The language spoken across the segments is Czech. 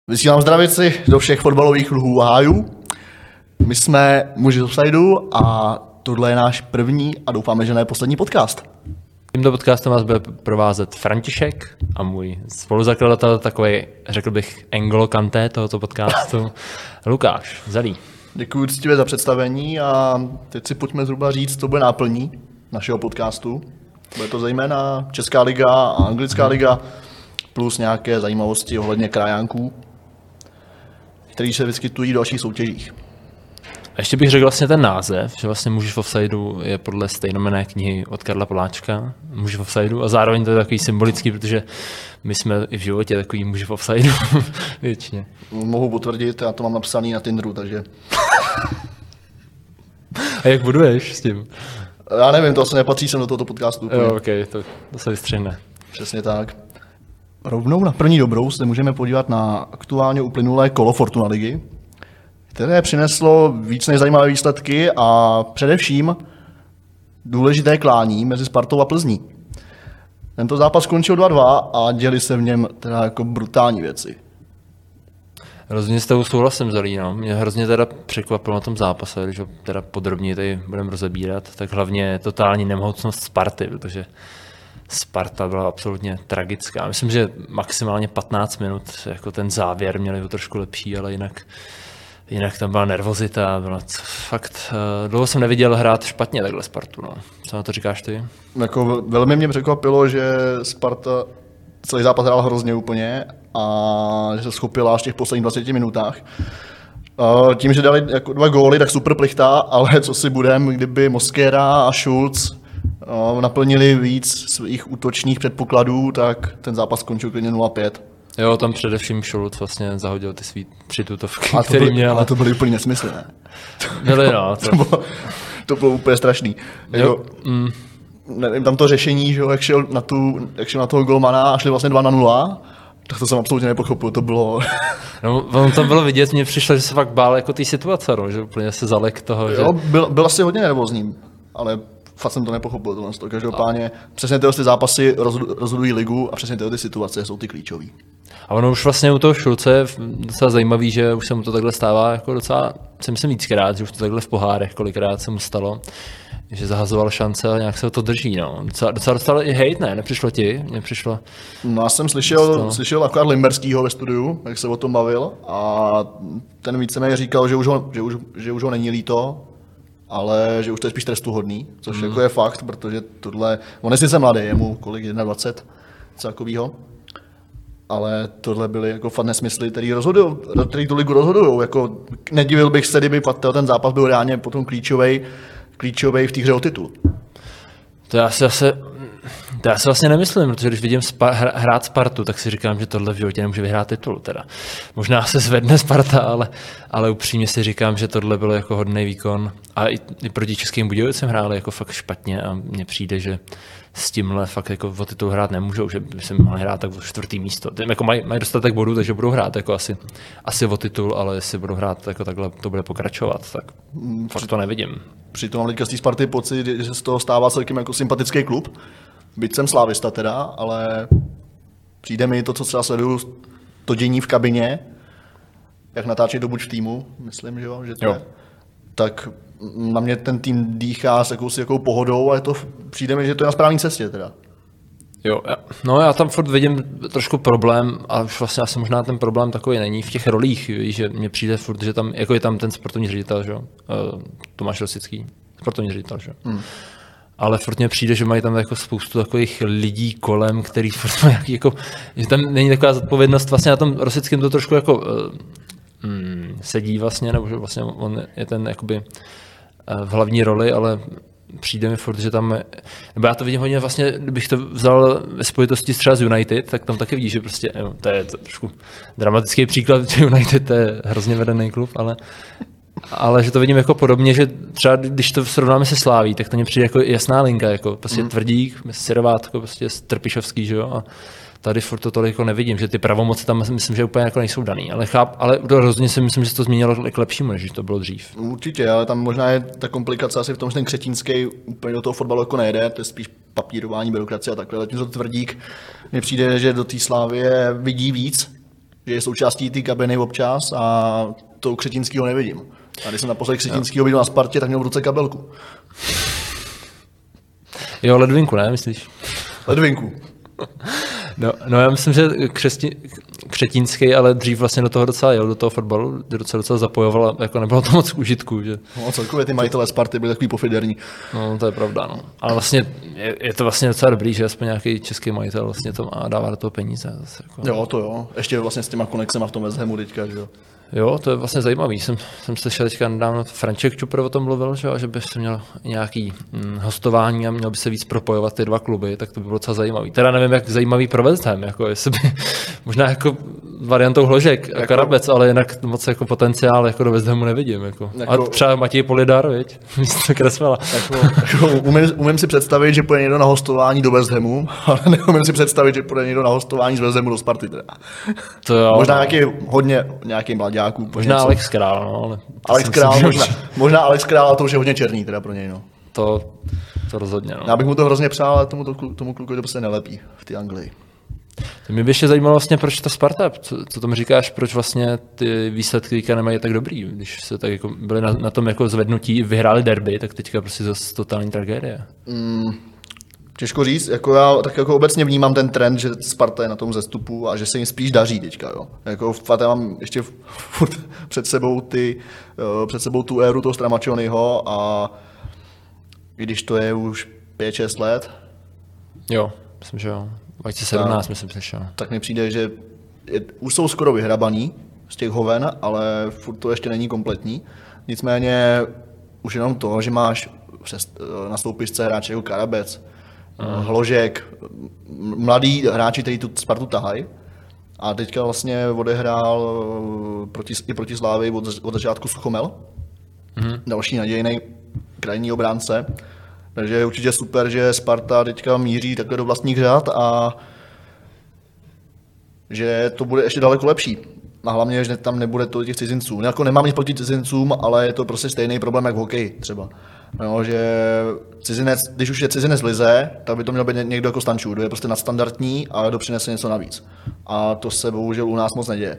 Vysílám zdravici do všech fotbalových luhů a hájů. My jsme muži z Offsideu a tohle je náš první a doufáme, že ne poslední podcast. Tímto podcastem vás bude provázet František a můj spoluzakladatel, takový, řekl bych, N'Golo Kanté tohoto podcastu, Lukáš Zelý. Děkuji ctivě za představení a teď si pojďme zhruba říct, co bude náplní našeho podcastu. Bude to zejména Česká liga a Anglická liga, plus nějaké zajímavosti ohledně krajánků, který se vyskytují v dalších soutěžích. A ještě bych řekl vlastně ten název, že vlastně Muži v Offsideu je podle stejnojmenné knihy od Karla Poláčka, Muži v Offsideu, a zároveň to je takový symbolický, protože my jsme i v životě takový muži v offsideu většině. Mohu potvrdit, já to mám napsaný na Tinderu, takže... A jak buduješ s tím? Já nevím, to asi nepatří sem do tohoto podcastu. Jo, okej, to se vystřihne. Přesně tak. Rovnou na první dobrou se můžeme podívat na aktuálně uplynulé kolo Fortuna ligy, které přineslo víc než zajímavé výsledky a především důležité klání mezi Spartou a Plzní. Tento zápas skončil 2-2 a děli se v něm teda jako brutální věci. Rozhodně s tebou souhlasím, Zelí, no. Mě hrozně teda překvapilo na tom zápase, když ho teda podrobně tady budeme rozebírat, tak hlavně totální nemohoucnost Sparty, protože Sparta byla absolutně tragická. Myslím, že maximálně 15 minut, jako ten závěr měli ho trošku lepší, ale jinak tam byla nervozita, fakt dlouho jsem neviděl hrát špatně takhle Spartu, no. Co na to říkáš ty? Jako velmi mě překvapilo, že Sparta celý zápas hrál hrozně úplně a že se schopila až v těch posledních 20 minutách. Tím, že dali jako 2 góly, tak super plichtá, ale co si budem, kdyby Mosquera a Schulz naplnili víc svých útočních předpokladů, tak ten zápas skončil klidně 0-5. Jo, tam především Schulz vlastně zahodil ty svý 3 tutovky, který měl. Ale to byly úplně nesmysly, ne? Byly, no. To bylo úplně strašný. Jo. Nevím, tam to řešení, že jak šel na toho golmana a šli vlastně 2-0, tak to jsem absolutně nepochopil, to bylo... No, on tam bylo vidět, mně přišlo, že se fakt bál jako té situace, no, že úplně se zalek toho, jo, že... Byl asi hodně nervózní, ale fakt jsem to nepochopil, tohle. Každopádně přesně tyhle zápasy rozhodují ligu a přesně tyhle situace jsou ty klíčový. A ono už vlastně u toho Schulze je docela zajímavý, že už se mu to takhle stává jako docela, si myslím víckrát, že už to takhle v pohárech kolikrát se mu stalo, že zahazoval šance a nějak se to drží, no. Docela dostal i hejt, ne? Nepřišlo ti? Mně přišlo... No já jsem slyšel akorát Limberskýho ve studiu, jak se o tom bavil a ten víceméně říkal, že už ho není líto, ale že už to je spíš trestuhodný, což jako je fakt, protože tohle, on je sice mladý, je mu kolik, 21, takovýho, ale tohle byly jako fakt nesmysly, který tu ligu rozhodujou, jako nedivil bych se, kdyby ten zápas byl reálně potom klíčovej v té hře o titul. To já si vlastně nemyslím, protože když vidím hrát Spartu, tak si říkám, že tohle v životě nemůže vyhrát titul. Teda. Možná se zvedne Sparta, ale upřímně si říkám, že tohle bylo jako hodný výkon. A i proti Českým Budějovicím hráli jako fakt špatně a mně přijde, že s tímhle fakt jako o titul hrát nemůžou, že by se mohli hrát tak o 4. místo. Tím jako mají dostatek bodů, takže budou hrát jako asi o titul, ale jestli budou hrát jako takhle, to bude pokračovat, tak fakt to nevidím. Přitom mám teďka z té Sparty pocit, že se z toho stává celkem jako sympatický klub. Byť jsem slávista teda, ale přijde mi to, co třeba sleduju, to dění v kabině, jak natáčí to buď v týmu, myslím, že to je, tak na mě ten tým dýchá s jakousi pohodou a přijde mi, že to je na správné cestě teda. Jo, já tam furt vidím trošku problém a už vlastně asi možná ten problém takový není v těch rolích, víš, že mně přijde furt, že tam, jako je tam ten sportovní ředitel, že? Tomáš Rosický, sportovní ředitel, že? Ale furt mně přijde, že mají tam jako spoustu takových lidí kolem, který furt mají jako, že tam není taková zodpovědnost, vlastně na tom Rosickém to trošku jako sedí vlastně, nebo že vlastně on je ten jakoby v hlavní roli, ale přijde mi furt, že tam, nebo já to vidím hodně vlastně, kdybych to vzal ve spojitosti třeba z United, tak tam taky vidíš, že prostě, to je trošku dramatický příklad, že United je hrozně vedený klub, ale že to vidím jako podobně, že třeba když to srovnáme se Sláví, tak to mně přijde jako jasná linka, jako prostě Tvrdík, Sirovátko, prostě Trpišovský, že jo, a tady furt to toliko nevidím, že ty pravomoci tam myslím, že úplně jako nejsou daný, ale rozhodně si myslím, že to změnilo k lepšímu, než to bylo dřív. Určitě, ale tam možná je ta komplikace asi v tom, že ten Křetínský úplně do toho fotbalu jako nejde, to je spíš papírování, byrokracie a takhle, ale tím Tvrdík mně přijde, že do té Slávie vidí víc že je součástí té kabiny občas a to u Křetínského nevidím. A když jsem naposledy Křetínského viděl na Spartě, tak měl v ruce kabelku. Jo, ledvinku, ne, myslíš? Ledvinku. No já myslím, že Křetínský, ale dřív vlastně do toho docela jel, do toho fotbalu, docela zapojoval, jako nebylo to moc k užitku. Že? No, celkově ty majitelé Sparty byli takový pofiderní. No, to je pravda, no. Ale vlastně je to vlastně docela dobrý, že aspoň nějaký český majitel vlastně to má, dává do toho peníze. Zase, jako. Jo, to jo. Ještě vlastně s těma konexema v tom West Hamu teďka, že jo. Jo, to je vlastně zajímavý. Jsem slyšel teďka nedávno, Franček Čupr o tom mluvil, že by se měl nějaký hostování a měl by se víc propojovat ty dva kluby, tak to by bylo docela zajímavý. Teda nevím, jak zajímavý pro West Ham, jako jestli by, možná jako variantou Hložek a Karabec, ale jinak moc jako potenciál jako do West Hamu nevidím. Jako. A třeba Matěj Polidar, viď? Místo Kresmela. Umím si představit, že půjde někdo na hostování do West Hamu, ale neumím si představit, že půjde někdo na hostování z West Hamu do Sparty. Teda. To jo, možná nějaký mladý. Možná něco. Alex Král, no, ale možná Alex Král, ale to už je hodně černý teda pro něj, no. To rozhodně, no. Já bych mu to hrozně přál, ale tomu kluku to prostě nelepí v té Anglii. To mě by ještě zajímalo vlastně, proč ta Sparta, co tomu říkáš, proč vlastně ty výsledky teďka nemají tak dobrý, když se tak jako byli na tom jako zvednutí, vyhráli derby, tak teďka prostě zase totální tragédie. Těžko říct, jako já tak jako obecně vnímám ten trend, že Sparta je na tom zestupu a že se jim spíš daří teďka, jo. Jako fakt já mám ještě furt před sebou tu éru toho Stramaccioniho a i když to je už 5-6 let. Jo, myslím, že jo. 2017 myslím přišel. Tak mi přijde, že už jsou skoro vyhrabaný z těch hoven, ale furt to ještě není kompletní. Nicméně už jenom to, že máš na soupisce hráče jako Karabec, Hložek, mladý hráči, kteří tu Spartu tahají. A teďka vlastně odehrál proti Slávii od začátku Suchomel. Další nadějný krajní obránce. Takže je určitě super, že Sparta teďka míří takhle do vlastních řad a že to bude ještě daleko lepší. A hlavně, že tam nebude tolik těch cizinců. Jako nemám nic proti cizincům, ale je to prostě stejný problém jak v hokeji třeba. No, že cizinec, když už je cizinec v lize, tak by to měl být někdo jako Stančů, kdo je prostě nadstandardní a kdo přinese něco navíc. A to se bohužel u nás moc neděje.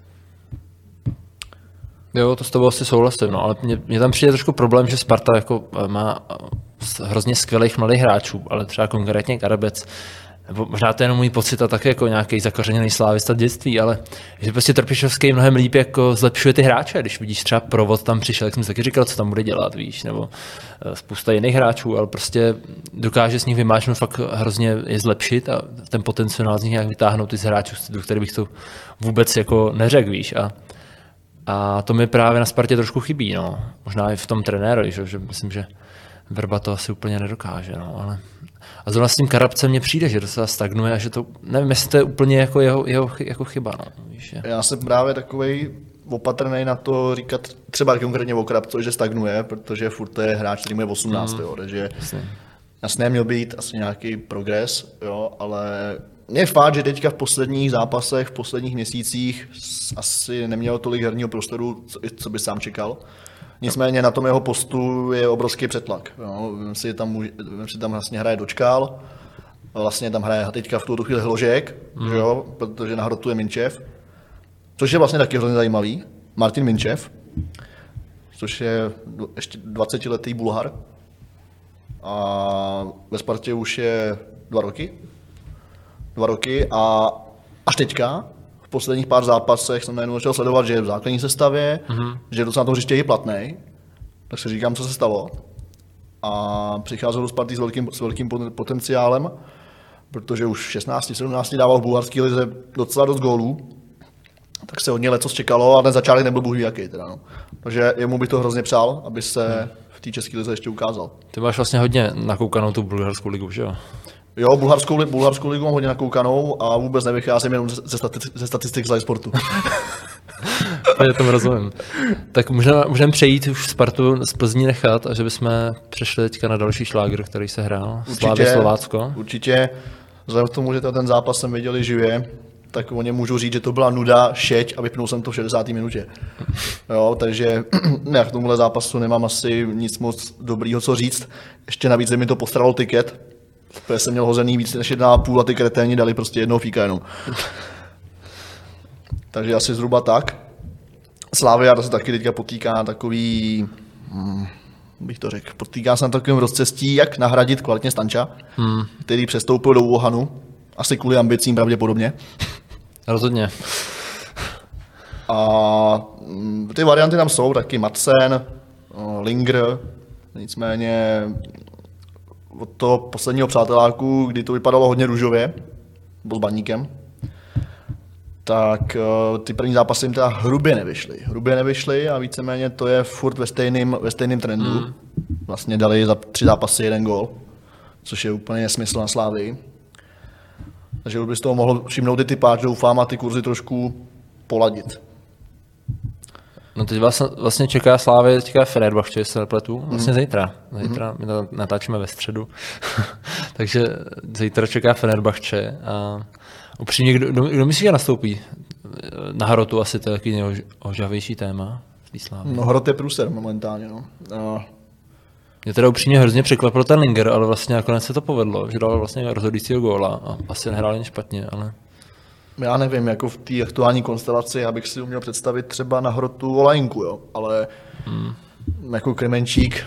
Jo, to s tebou asi souhlasím, no, ale mě tam přijde trošku problém, že Sparta jako má hrozně skvělých mladých hráčů, ale třeba konkrétně Karabec, nebo možná to je jenom můj pocit a také jako nějaký zakořeněný slávista dětství, ale že prostě Trpišovský mnohem líp jako zlepšuje ty hráče, když vidíš třeba Provod tam přišel, jak jsem si taky říkal, co tam bude dělat, víš, nebo spousta jiných hráčů, ale prostě dokáže s nich vymáčnout fakt hrozně je zlepšit a ten potenciál z nich nějak vytáhnout ty z hráčů, do kterých bych to vůbec jako neřekl, víš, a to mi právě na Spartě trošku chybí, no. Možná i v tom trenérovi, že myslím, že Vrba to asi úplně nedokáže, no, ale a zrovna s tím Karabcem mně přijde, že docela stagnuje a že to, nevím, jestli to je úplně jako jeho jako chyba, no, víš, že... Já jsem právě takovej opatrnej na to říkat třeba konkrétně o Karabcovi, že stagnuje, protože furt to je hráč, který mu je 18, jo, takže jasně měl být asi nějaký progres, jo, ale je fakt, že teďka v posledních zápasech, v posledních měsících asi neměl tolik herního prostoru, co by sám čekal. Nicméně na tom jeho postu je obrovský přetlak. Vím si tam vlastně hraje Dočkal, vlastně tam hraje teďka v tuto chvíli Hložek, jo, protože na hrotu je Minčev, což je vlastně taky hrozně zajímavý. Martin Minčev, což je ještě 20letý Bulhar a ve Spartě už je 2 roky a až teďka v posledních pár zápasech jsem najednou začal sledovat, že je v základní sestavě, že je docela na tom hřiště i platnej, tak si říkám, co se stalo. A přicházel do Sparty s velkým potenciálem, protože už v 16-17 dával v bulharské lize docela dost gólů, tak se od něj lecos čekalo a ten začátek nebyl bůh ví jaký. Teda, no. Takže jemu bych to hrozně přál, aby se v té české lize ještě ukázal. Ty máš vlastně hodně nakoukanou tu bulharskou ligu, že jo? Jo, bulharskou ligu mám hodně nakoukanou a vůbec nevycházím jenom ze statistik z iSportu. Já tomu rozumím. Tak můžeme přejít už Spartu z Plzní nechat a že bychom přešli teďka na další šlágr, který se hrál. Slavia Slovácko. Určitě. Vzhledem k tomu, že ten zápas jsem viděli živě, tak o něm můžu říct, že to byla nuda, šeť a vypnul jsem to v 60. minutě. Jo, takže ne, k tomuhle zápasu nemám asi nic moc dobrýho co říct. Ještě navíc mi to postralo tiket, protože jsem měl hozený víc než 1,5 a ty kreténi dali prostě jednoho fíka jenom. Takže asi zhruba tak. Slavia se taky teďka potýká na takový, bych to řekl, potýká se na takovém rozcestí, jak nahradit kvalitně Stanča, který přestoupil do Wuhanu, asi kvůli ambicím pravděpodobně. Rozhodně. A ty varianty tam jsou taky Madsen, Linger, nicméně od toho posledního přáteláku, kdy to vypadalo hodně růžově, nebo s Baníkem, tak ty první zápasy jim teda hrubě nevyšly a víceméně to je furt ve stejném trendu. Vlastně dali za 3 zápasy 1 gól, což je úplně nesmysl na Slávii. Takže už by z toho mohl všimnout i ty páč, doufám, a ty kurzy trošku poladit. No teď vlastně čeká Slávy, čeká Fenerbahče, jestli se nepletu, vlastně zítra. My to natáčíme ve středu. Takže zítra čeká Fenerbahče a upřímně, kdo myslí, že nastoupí? Na Hrotu asi to je takový nejhožavější téma v té Slávy. No Hrot je průser momentálně, no. Mě teda upřímně hrozně překvapil ten Linger, ale vlastně nakonec se to povedlo, že dal vlastně rozhodujícího góla a asi nehrál jen špatně, ale... Já nevím, jako v té aktuální konstelaci, abych si uměl představit třeba na Hrotu Olajinku, jo, ale jako Kremenčík,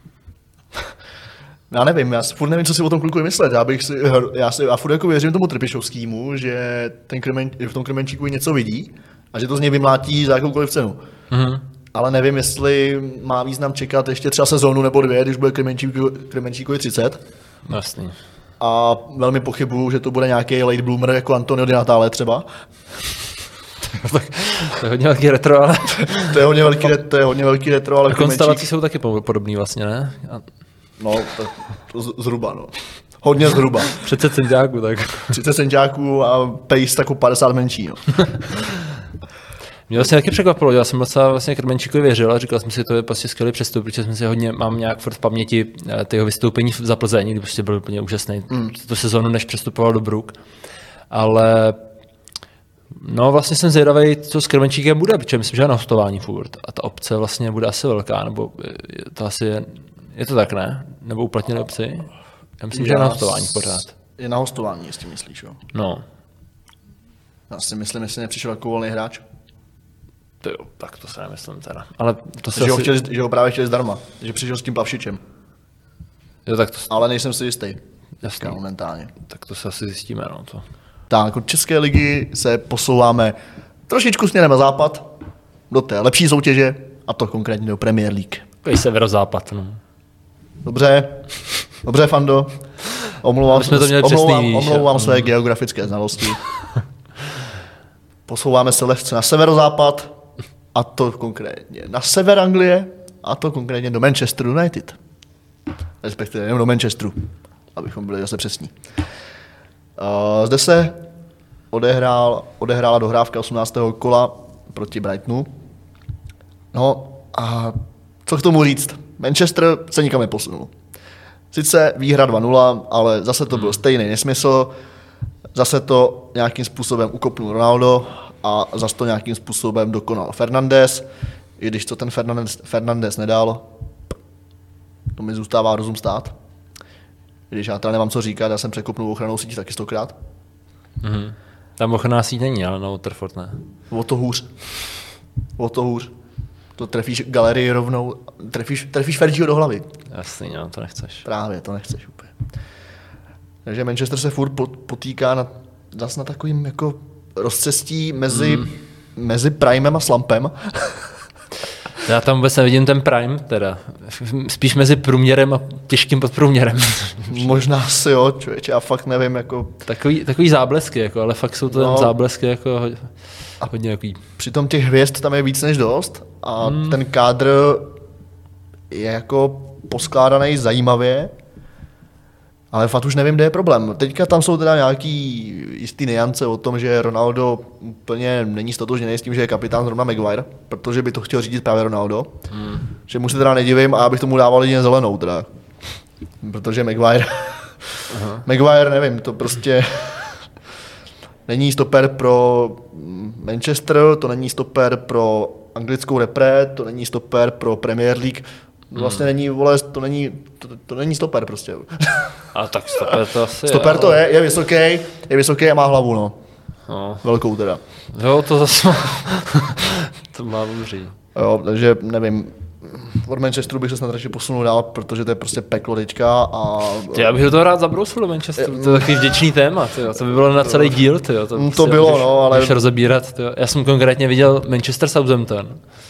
já nevím, já furt nevím, co si o tom kluku myslet, já furt jako věřím tomu Trpišovskému, že v tom Kremenčíku něco vidí a že to z něj vymlátí za jakoukoliv cenu. Ale nevím, jestli má význam čekat ještě třeba sezónu nebo 2, když bude Kremenčíkovi 30. Jasný. A velmi pochybuju, že to bude nějaký late bloomer jako Antonio Di Natale třeba. To je hodně velký retro, ale... to je hodně velký retro, ale... Konstelací jsou taky podobný vlastně, ne? No, to zhruba, no. Hodně zhruba. 30 centiáků, tak. 30 centiáků a pace jako 50 menší, no. Mě vlastně taky překvapilo, já jsem vlastně Krmenčíkovi věřil a říkal jsem si, že to je prostě skvělý přestup, protože jsem si mám nějak furt v paměti ty jeho vystoupení za Plzeň, kdy prostě byl úplně úžasný tu sezónu, než přestupoval do Bruk. Ale no vlastně jsem zvědavý, co s Krmenčíkem bude, protože myslím, že je na hostování furt a ta obce vlastně bude asi velká, nebo to asi je to tak, ne? Nebo uplatnili obci? Já myslím, že je na hostování pořád. Je na hostování, jestli myslíš, jo? No. Já si myslím, jestli nepřišel jako volný hráč. Jo, tak to se nemyslím teda. Ale to se že ho právě chtěli zdarma, že přišel s tím Pavšičem. Jo, tak to... Ale nejsem si jistý. Jasně. Momentálně. Tak to se asi zjistíme, no to. Tak, od České ligy se posouváme trošičku směrem na západ, do té lepší soutěže, a to konkrétně do Premier League. Takový severozápad, no. Dobře, Fando. Omlouvám své geografické znalosti. Posouváme se lehce na severozápad, a to konkrétně na sever Anglie, a to konkrétně do Manchester United. Respektive jenom do Manchesteru, abychom byli zase přesní. Zde se odehrála dohrávka 18. kola proti Brightonu. No a co k tomu říct? Manchester se nikam neposunul. Sice výhra 2-0, ale zase to byl stejný nesmysl. Zase to nějakým způsobem ukopnul Ronaldo a zase to nějakým způsobem dokonal Fernandes. I když to ten Fernandes nedal, to mi zůstává rozum stát. Když já teda nemám co říkat, já jsem překopnul ochranou sítí taky 100krát. Tam ochranná síť není, ale na Waterford ne. O to hůř. To trefíš galerii rovnou, trefíš Fergieho do hlavy. Jasně, no, to nechceš. Právě, to nechceš úplně. Takže Manchester se furt potýká zase na takovým jako rozcestí mezi primem a slumpem. Já tam vůbec nevidím ten prime, teda. Spíš mezi průměrem a těžkým podprůměrem. Možná si jo, člověče, já fakt nevím, jako... Takový záblesky, jako, ale fakt jsou to záblesky jako hodně jaký. Přitom těch hvězd tam je víc než dost a ten kádr je jako poskládaný zajímavě, ale fakt už nevím, kde je problém. Teďka tam jsou teda nějaký jistý niance o tom, že Ronaldo úplně není stotožněný s tím, že je kapitán zrovna Maguire, protože by to chtěl řídit právě Ronaldo. Že mu se teda nedivím a já bych tomu dával jedině zelenou teda. Protože Maguire, nevím, to prostě není stoper pro Manchester, to není stoper pro anglickou repre, to není stoper pro Premier League. Vlastně není, vole, to není stoper prostě. A tak stoper to asi stoper to je vysoký a má hlavu, no. No. Velkou teda. Jo, to zase to má dobří. Jo, takže nevím, od Manchesteru bych se snad radši posunul dál, protože to je prostě peklo teďka a... Já bych do toho rád zabrousil do Manchesteru, to je takový vděčný téma, tyjo. To by bylo na celý díl, tyjo. To bylo, no, ale... Můžeš rozebírat, tyjo. Já jsem konkrétně viděl Manchester Southampton.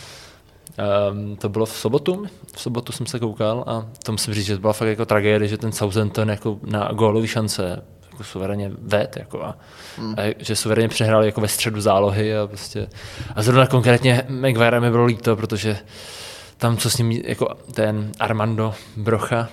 To bylo v sobotu jsem se koukal a to musím říct, že to byla fakt jako tragédie, že ten Southampton jako na gólový šance jako suverénně ved, jako a že suverénně přehráli jako ve středu zálohy a prostě a zrovna konkrétně Maguire mi bylo líto, protože tam, co s ním, jako ten Armando Broja,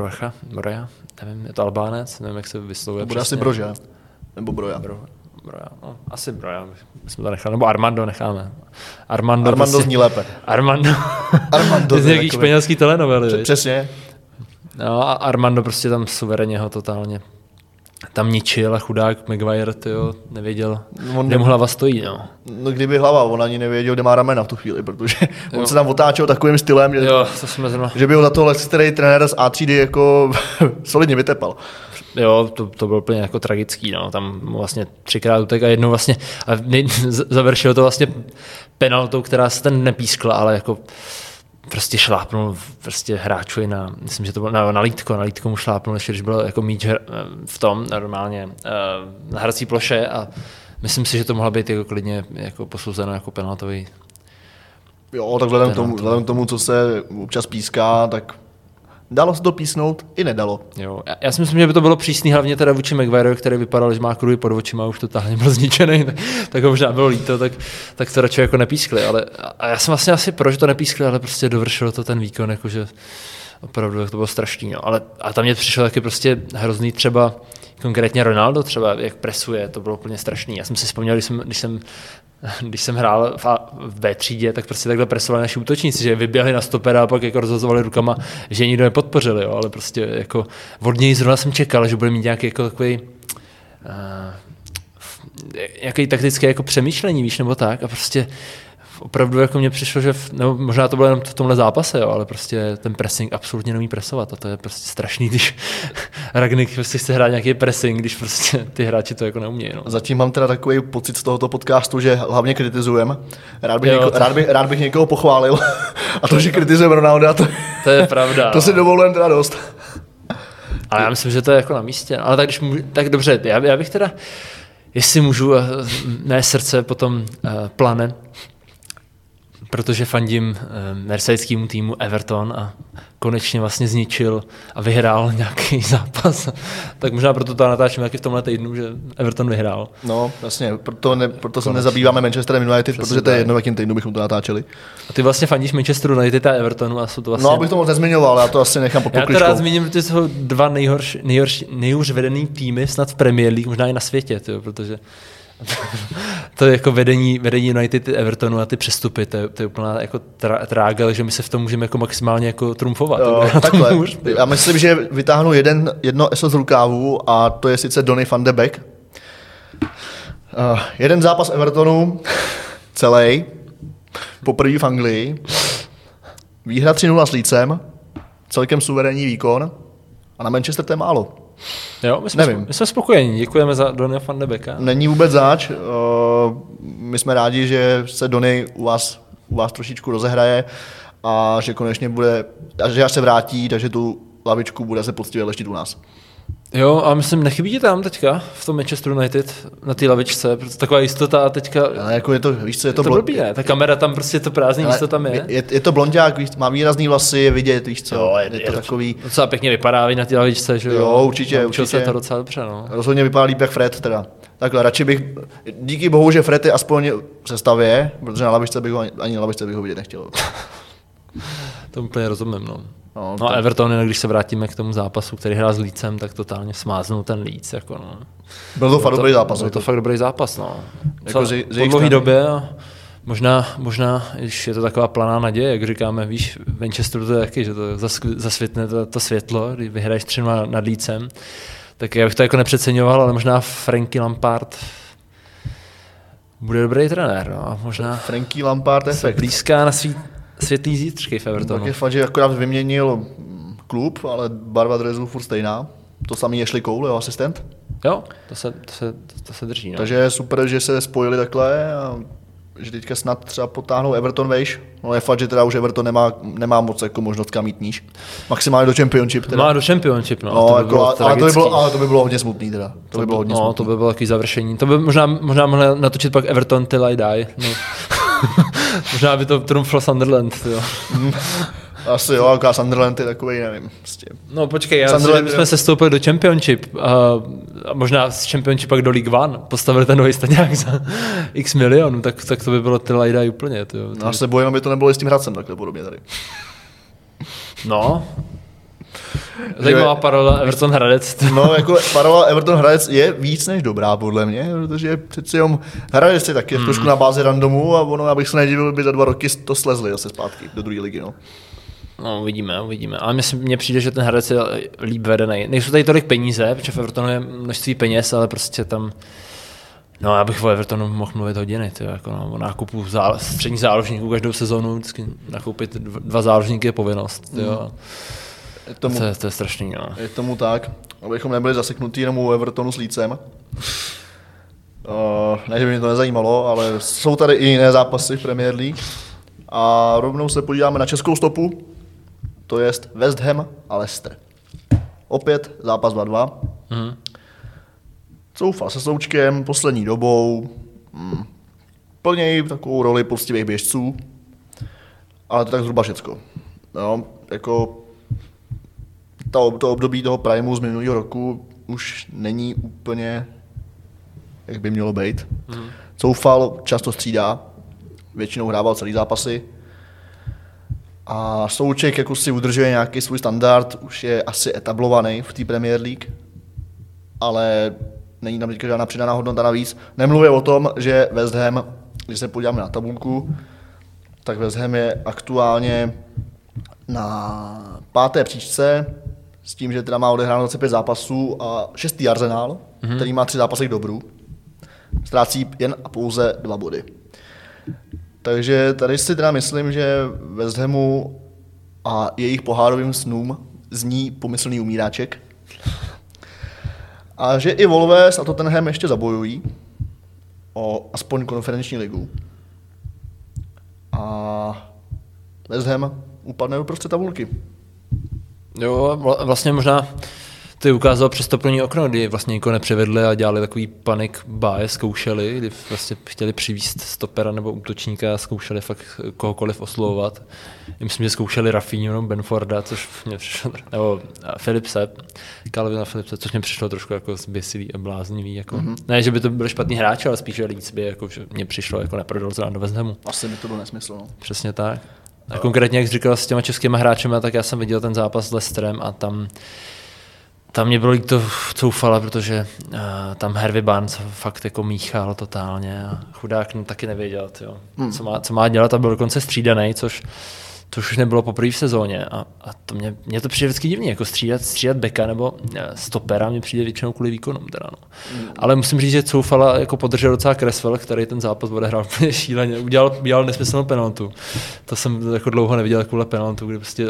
nevím, je to Albánec, nevím, jak se vyslovuje. Bude asi Broža, nebo Broja. Broja, no, asi Broja, jsme to nechali, nebo Armando necháme. Armando prostě, zní lépe. Armando z nějaký španělský telenovely. Přesně. No a Armando prostě tam suverénně ho totálně tam ničil a chudák Maguire, tyjo, nevěděl, kde mu hlava stojí, no. No kdyby hlava, on ani nevěděl, kde má ramena v tu chvíli, protože on se tam otáčel takovým stylem, že by ho za tohle, který trenér z A3 jako solidně vytepal. Jo, to bylo úplně jako tragický, no. Tam vlastně 3krát utek a jednou vlastně a završilo to vlastně penaltou, která se ten nepískla, ale jako prostě šlápnul prostě hráčovi myslím, že to bylo na lítko mu šlápnul, ještě když byl jako míč v tom normálně na hrací ploše a myslím si, že to mohla být jako klidně jako posouzeno jako penaltový. Jo, tak vzhledem k tomu, co se občas píská, tak dalo se to písnout i nedalo. Jo, já si myslím, že by to bylo přísný hlavně teda vůči Maguire, který vypadal, že má kruhy pod očima a už totálně byl zničený, tak ho možná bylo líto, tak to radši jako nepískli, ale a já jsem vlastně asi pro, že to nepískli, ale prostě dovršilo to ten výkon, jakože opravdu to bylo strašný, no. Ale a tam mě přišlo taky prostě hrozný třeba konkrétně Ronaldo třeba, jak presuje, to bylo úplně strašný. Já jsem si vzpomněl, když jsem hrál v B třídě, tak prostě takhle presovali naši útočníci, že vyběhli na stopera a pak jako rozhazovali rukama, že nikdo nepodpořili, jo, ale prostě jako od něj zrovna jsem čekal, že bude mít nějaký jako takový nějaký taktické jako přemýšlení, víš, nebo tak a prostě opravdu jako mně přišlo, že nebo možná to bylo jenom v tomhle zápase, jo, ale prostě ten pressing absolutně neumí presovat a to je prostě strašný, když Rangnick prostě chce hrát nějaký pressing, když prostě ty hráči to jako neumějí. No. Zatím mám teda takový pocit z tohoto podcastu, že hlavně kritizujeme. Rád bych někoho pochválil a to, že kritizujeme Ronalda, to je pravda. To si dovolujeme teda dost. Ale já myslím, že to je jako na místě. Ale tak dobře, já bych teda, jestli můžu, ne srdce, potom plane, protože fandím merseyskému týmu Everton a konečně vlastně zničil a vyhrál nějaký zápas. Tak možná proto to natáčíme taky v tomhle týdnu, že Everton vyhrál. No, jasně, proto se nezabýváme Manchesterem United, protože to je jedno, v jakým týdnu bychom to natáčeli. A ty vlastně fandíš Manchesteru United a Evertonu a jsou to vlastně... No, abych to moc nezmiňoval, já to asi nechám pod pokličkou. Já to rád zmíním, protože jsou dva nejhorší vedený týmy snad v Premier League, možná i na světě, tyjo, protože to je jako vedení United Evertonu a ty přestupy, to je úplná jako trága, že my se v tom můžeme jako maximálně jako trumfovat. Takhle, já myslím, že vytáhnu jedno ESO z rukávu a to je sice Donny van de Beek. Jeden zápas Evertonu, celý, poprvé v Anglii, výhra 3-0 s Leedsem, celkem suverénní výkon a na Manchester to je málo. Jo, my jsme spokojení, děkujeme za Donny van de Beeka. Není vůbec zač, my jsme rádi, že se Donny u vás trošičku rozehraje a že konečně bude, a že až se vrátí, takže tu lavičku bude se poctivě leštit u nás. Jo, a myslím, nechybí ti tam teďka v tom Manchester United na té lavičce, protože taková jistota a teďka... Ale jako je to, víš co, je to blbý, ne? Ta kamera tam prostě, to prázdný místo tam je. Je to blonďák, víš, má výrazný vlasy, je vidět, víš co, jo, je to takový... Docela pěkně vypadá na té lavičce, že jo? Jo, určitě. Se to docela dobře, no. Rozhodně vypadá líp jak Fred teda. Takhle, radši bych, díky bohu, že Fred je aspoň v sestavě, protože na lavičce bych ho, ani na lavičce bych ho vidět nechtěl. To úplně rozumím, no. No a Everton, když se vrátíme k tomu zápasu, který hrál s Leedsem, tak totálně smáznul ten Leeds. Jako no. Byl to fakt dobrý zápas. Byl to fakt dobrý zápas, no. Jako po dlouhé době a možná, když je to taková planá naděje, jak říkáme, víš, v Manchesteru to je taky, že to zasvětne to světlo, když vyhraješ 3-0 nad Leedsem, tak já bych to jako nepřeceňoval, ale možná Frankie Lampard bude dobrý trenér, no. A možná Frankie Lampard efekt. Blízká na světlý zítřky v Evertonu. Tak je fakt, že akorát vyměnil klub, ale barva dresu furt stejná. To samý Ashley Cole, jeho asistent. Jo, to se drží. No. Takže je super, že se spojili takhle a že teďka snad třeba potáhnou Everton vejš. No je fakt, že teda už Everton nemá moc jako možnost kam jít níž. Maximálně do Championship. Teda. Má do Championship, no. No to by bylo ale to by bylo hodně smutný teda. To by bylo hodně smutný. To by bylo takový završení. To by možná mohli natočit pak Everton Till I Die. No. Možná by to trumflo Sunderland. Jo. Asi jo, a Sunderland je takovej, nevím. Prostě. No počkej, já myslím, že jsme se stoupili do Championship a možná z Championship pak do League One, postavili ten nový stadiák za x milionů, tak to by bylo Till I Die úplně. No až se bojím, aby to nebylo i s tím Hradcem takhle podobně tady. No. Zajímavá paralela Everton Hradec. No, jako paralela Everton Hradec je víc než dobrá, podle mě, protože přeci jenom Hradec je taky trošku na bázi randomu a ono, abych se nedivil, by za 2 roky to slezli zase zpátky do druhé ligy, no. No, uvidíme. Ale mně přijde, že ten Hradec je líp vedený. Nejsou tady tolik peníze, protože v Evertonu je množství peněz, ale prostě tam. No, já bych o Evertonu mohl mluvit hodiny, jako o nákupu středních záložníků každou sezónu, vždycky nakoupit 2 záložníky je povinnost. To je strašný. No. Je tomu tak, abychom nebyli zaseknutí jenom u Evertonu s Leedsem. Ne, že by mě to nezajímalo, ale jsou tady i jiné zápasy v Premier League. A rovnou se podíváme na českou stopu, to je West Ham a Leicester. Opět zápas 2-2. Coufal se Součkem poslední dobou, plnějí takovou roli poctivých běžců, ale to tak zhruba všecko. No, jako to období toho primu z minulého roku už není úplně, jak by mělo být. Coufal často střídá, většinou hrával celý zápasy a Souček jako si udržuje nějaký svůj standard, už je asi etablovaný v té Premier League, ale není tam teďka žádná přidaná hodnota navíc. Nemluvě o tom, že West Ham, když se podíváme na tabulku, tak West Ham je aktuálně na 5. příčce, s tím, že teda má odehráno 25 zápasů a 6. Arsenal, který má 3 zápasy k dobru. Ztrácí jen a pouze 2 body. Takže tady si teda myslím, že West Hamu a jejich pohárovým snům zní pomyslný umíráček. A že i Wolves a Tottenham ještě zabojují o aspoň konferenční ligu. A West Ham upadne uprostřed tabulky. Jo, vlastně možná to ukázalo přes to první okno, kdy vlastně nikoho nepřevedli a dělali takový panic buy, zkoušeli, kdy vlastně chtěli přivést stopera nebo útočníka a zkoušeli fakt kohokoliv oslovovat. Myslím, že zkoušeli Rafinhu nebo Benforda, což mě přišlo, nebo Philipse, Calvina Philipse, což mě přišlo trošku jako zběsivý a bláznivý. Jako. Ne, že by to byl špatný hráč, ale spíš, že Leeds by jako, že mě přišlo jako neprodal do West Hamu. Asi mi to byl nesmysl. No. Přesně tak. A konkrétně, jak jsi říkal s těma českýma hráčema, tak já jsem viděl ten zápas s Leicesterem a tam mě bylo líto Coufala, protože tam Harvey Barnes fakt jako míchal totálně a chudák taky nevěděl, co má dělat a byl dokonce střídaný, což už nebylo poprvé v sezóně a to mě to přijde vždycky divně, jako střídat beka nebo stopera mě přijde většinou kvůli výkonům. Teda, no. Ale musím říct, že Coufala jako podržel docela Cresswell, který ten zápas odehrál úplně šíleně, udělal nesmyslnou penaltu. To jsem jako dlouho neviděl takovou penaltu, kdy prostě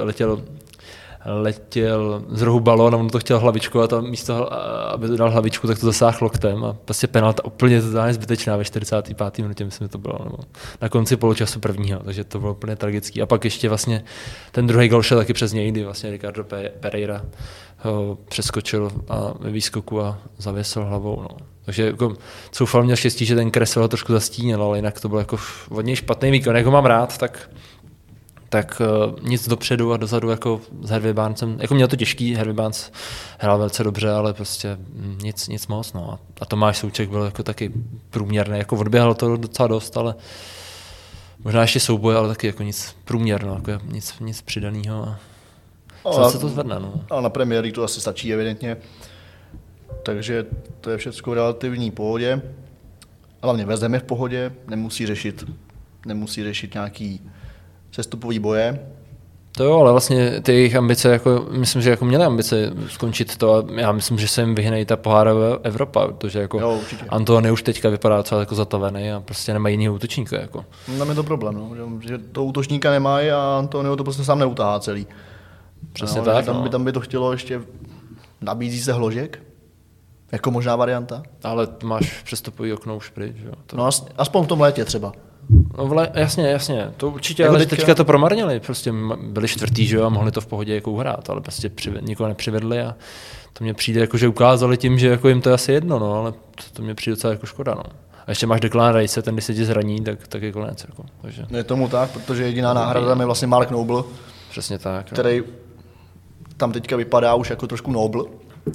letěl z rohu balón a on to chtěl hlavičku a tam místo, aby dal hlavičku, tak to zasáhl loktem a prostě penalta úplně totálně zbytečná ve 45. minutě, myslím, že to bylo, nebo na konci poločasu prvního, takže to bylo úplně tragický. A pak ještě vlastně ten druhý gol šel taky přes něj, kdy vlastně Ricardo Pereira ho přeskočil a ve výskoku a zavěsil hlavou. No. Takže jako Coufal měl štěstí, že ten Cresswell ho trošku zastínil, ale jinak to byl jako od něj špatný výkon. Jak ho mám rád, tak nic dopředu a dozadu jako s Harvey Barnesem. Jako měl to těžký, Harvey Barnes hrál velice dobře, ale prostě nic moc. No. A Tomáš Souček byl jako taky průměrný, jako odběhal to docela dost, ale možná ještě souboj, ale taky jako nic průměrno, jako nic přidanýho. A se to zvedne. No. Ale na Premier League to asi stačí evidentně. Takže to je všechno v relativní pohodě. Hlavně West Ham je v pohodě, nemusí řešit nějaký sestupový boje. To jo, ale vlastně ty jejich ambice, jako, myslím, že jako měly ambice skončit to a já myslím, že se jim vyhne ta pohára Evropa, protože jako Antony už teďka vypadá docela jako zatavený a prostě nemají jiného útočníka. Jako. Tam je to problém, no, že to útočníka nemají a Antonio to prostě sám neutáhá celý. Přesně tak. Tam by to chtělo ještě, nabízí se Hložek, Jako možná varianta. Ale máš přestupový okno už pryč, jo. No aspoň v tom létě třeba. No jasně, to určitě, Jako ale teďka to promarnili, prostě byli čtvrtý, že jo, a mohli to v pohodě jako uhrát, ale prostě nikoho nepřivedli a to mně přijde, jako, že ukázali tím, že jako jim to je asi jedno, no, ale to mě přijde docela jako škoda, no. A ještě máš Declan Rice, ten když se ti zraní, tak je konec, jako, takže. Je tomu tak, protože jediná náhrada tam je vlastně Mark Noble, přesně tak, který tam teďka vypadá už jako trošku Noble,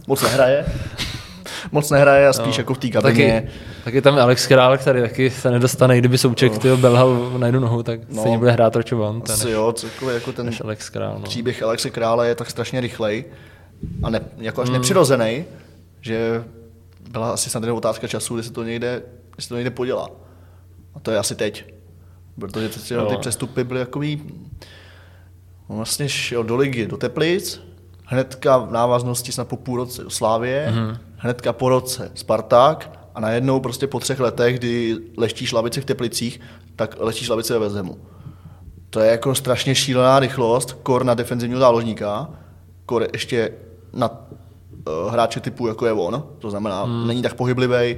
moc nehraje a spíš jako v té kabině. Taky tam je Alex Král, který taky se nedostane, kdyby Souček belhal na jednu nohu, tak se bude hrát Ročovan. Jo, cokoliv, jako ten Alex Král, příběh Alexe Krále je tak strašně rychlej a jako až nepřirozený, že byla asi snad otázka času, kdy se to někde podělá. A to je asi teď. Protože ty přestupy byly jakový, vlastně šel do ligy, do Teplic, hnedka v návaznosti snad po půl roce do Slávie, hnedka po roce Spartak a najednou prostě po 3 letech, kdy leštíš lavici v Teplicích, tak leštíš lavici ve West Hamu. To je jako strašně šílená rychlost, kor na defenzivního záložníka, kor ještě na hráče typu jako je on, to znamená, není tak pohyblivý,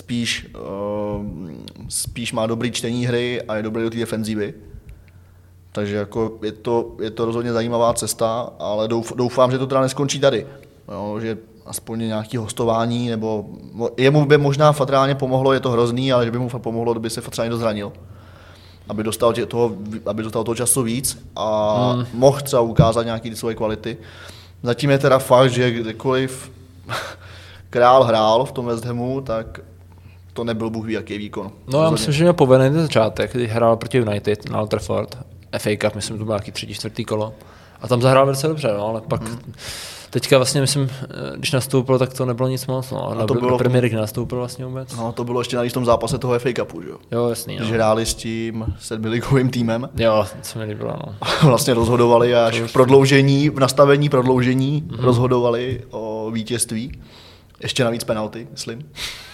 spíš má dobrý čtení hry a je dobrý do té defenzívy. Takže jako je to rozhodně zajímavá cesta, ale doufám, že to teda neskončí tady. Jo, že aspoň nějaké hostování, nebo jemu by možná fatálně pomohlo, je to hrozný, ale že by mu pomohlo, kdyby se fatálně dozranil. Aby dostal toho času víc a mohl třeba ukázat nějaké svoje kvality. Zatím je teda fakt, že kdekoliv Král hrál v tom West Hamu, tak to nebyl bůh ví jaký výkon. No já myslím, že měl povedený ten začátek, když hrál proti United na Old Trafford, FA Cup, myslím, to bylo nějaký 3., 4. kolo. A tam zahrál velice dobře, no, ale pak teďka vlastně myslím, když nastoupil, tak to nebylo nic moc, no. A to bylo Premier League nastoupil vlastně vůbec. No to bylo ještě na tom zápase toho FA Cupu, že jo? Jo, jasný, no. Když hráli s tím 7ligovým týmem. Jo, co mi líbilo, no. Vlastně rozhodovali až v nastavení prodloužení rozhodovali o vítězství. Ještě navíc penalty, myslím.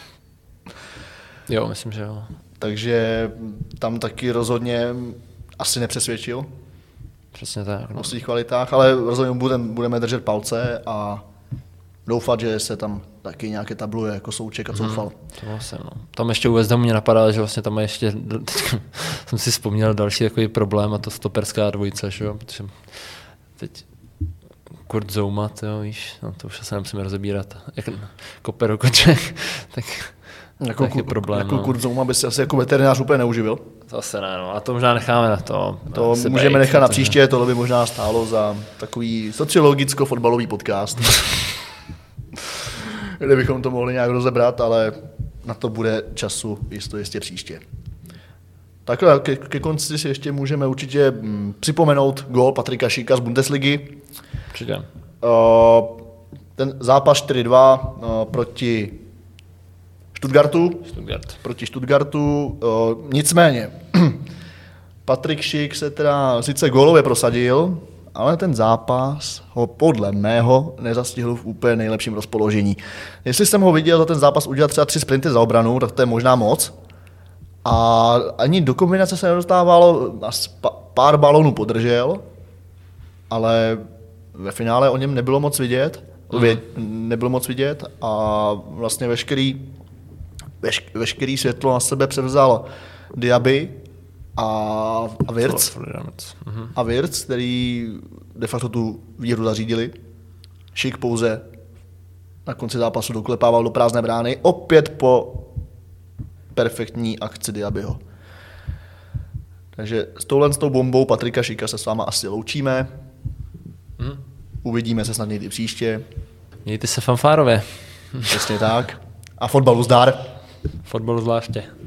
Jo, myslím, že jo. Takže tam taky rozhodně asi nepřesvědčil. Přesně tak. O svých kvalitách, ale rozhodně budeme držet palce a doufat, že se tam taky nějaké tabluje jako Souček a Coufal. To vlastně, no. Tam ještě u West Hamu mě napadá, že vlastně tam je ještě, jsem si vzpomněl další takový problém a to stoperská dvojice, že jo, protože teď Kurt Zouma, víš, no to už se nemusíme rozebírat, jak Koper Koček, tak jako problém. Jako Kurt Zouma by se asi jako veterinář úplně neuživil. To asi ne, no. A to možná necháme na to. To můžeme nechat na příště, tohle by možná stálo za takový sociologicko-fotbalový podcast. Kdybychom to mohli nějak rozebrat, ale na to bude času jistě příště. Takhle ke konci si ještě můžeme určitě připomenout gól Patrika Schicka z Bundesligy. Určitě. Ten zápas 4-2 proti Stuttgartu. Nicméně, Patrik Schick se teda sice gólově prosadil, ale ten zápas ho podle mého nezastihl v úplně nejlepším rozpoložení. Jestli jsem ho viděl za ten zápas udělat třeba 3 sprinty za obranu, tak to je možná moc. A ani do kombinace se nedostávalo, pár balonů podržel, ale ve finále o něm nebylo moc vidět a vlastně veškerý světlo na sebe převzal Diaby a Wirtz, který de facto tu výhru zařídili. Schick pouze na konci zápasu doklepával do prázdné brány, opět po perfektní akci Diabyho. Takže s tou bombou Patrika Schicka se s váma asi loučíme. Uvidíme se snad někdy příště. Mějte se fanfárově. Přesně tak. A fotbalu zdar. Fotbalu zvláště.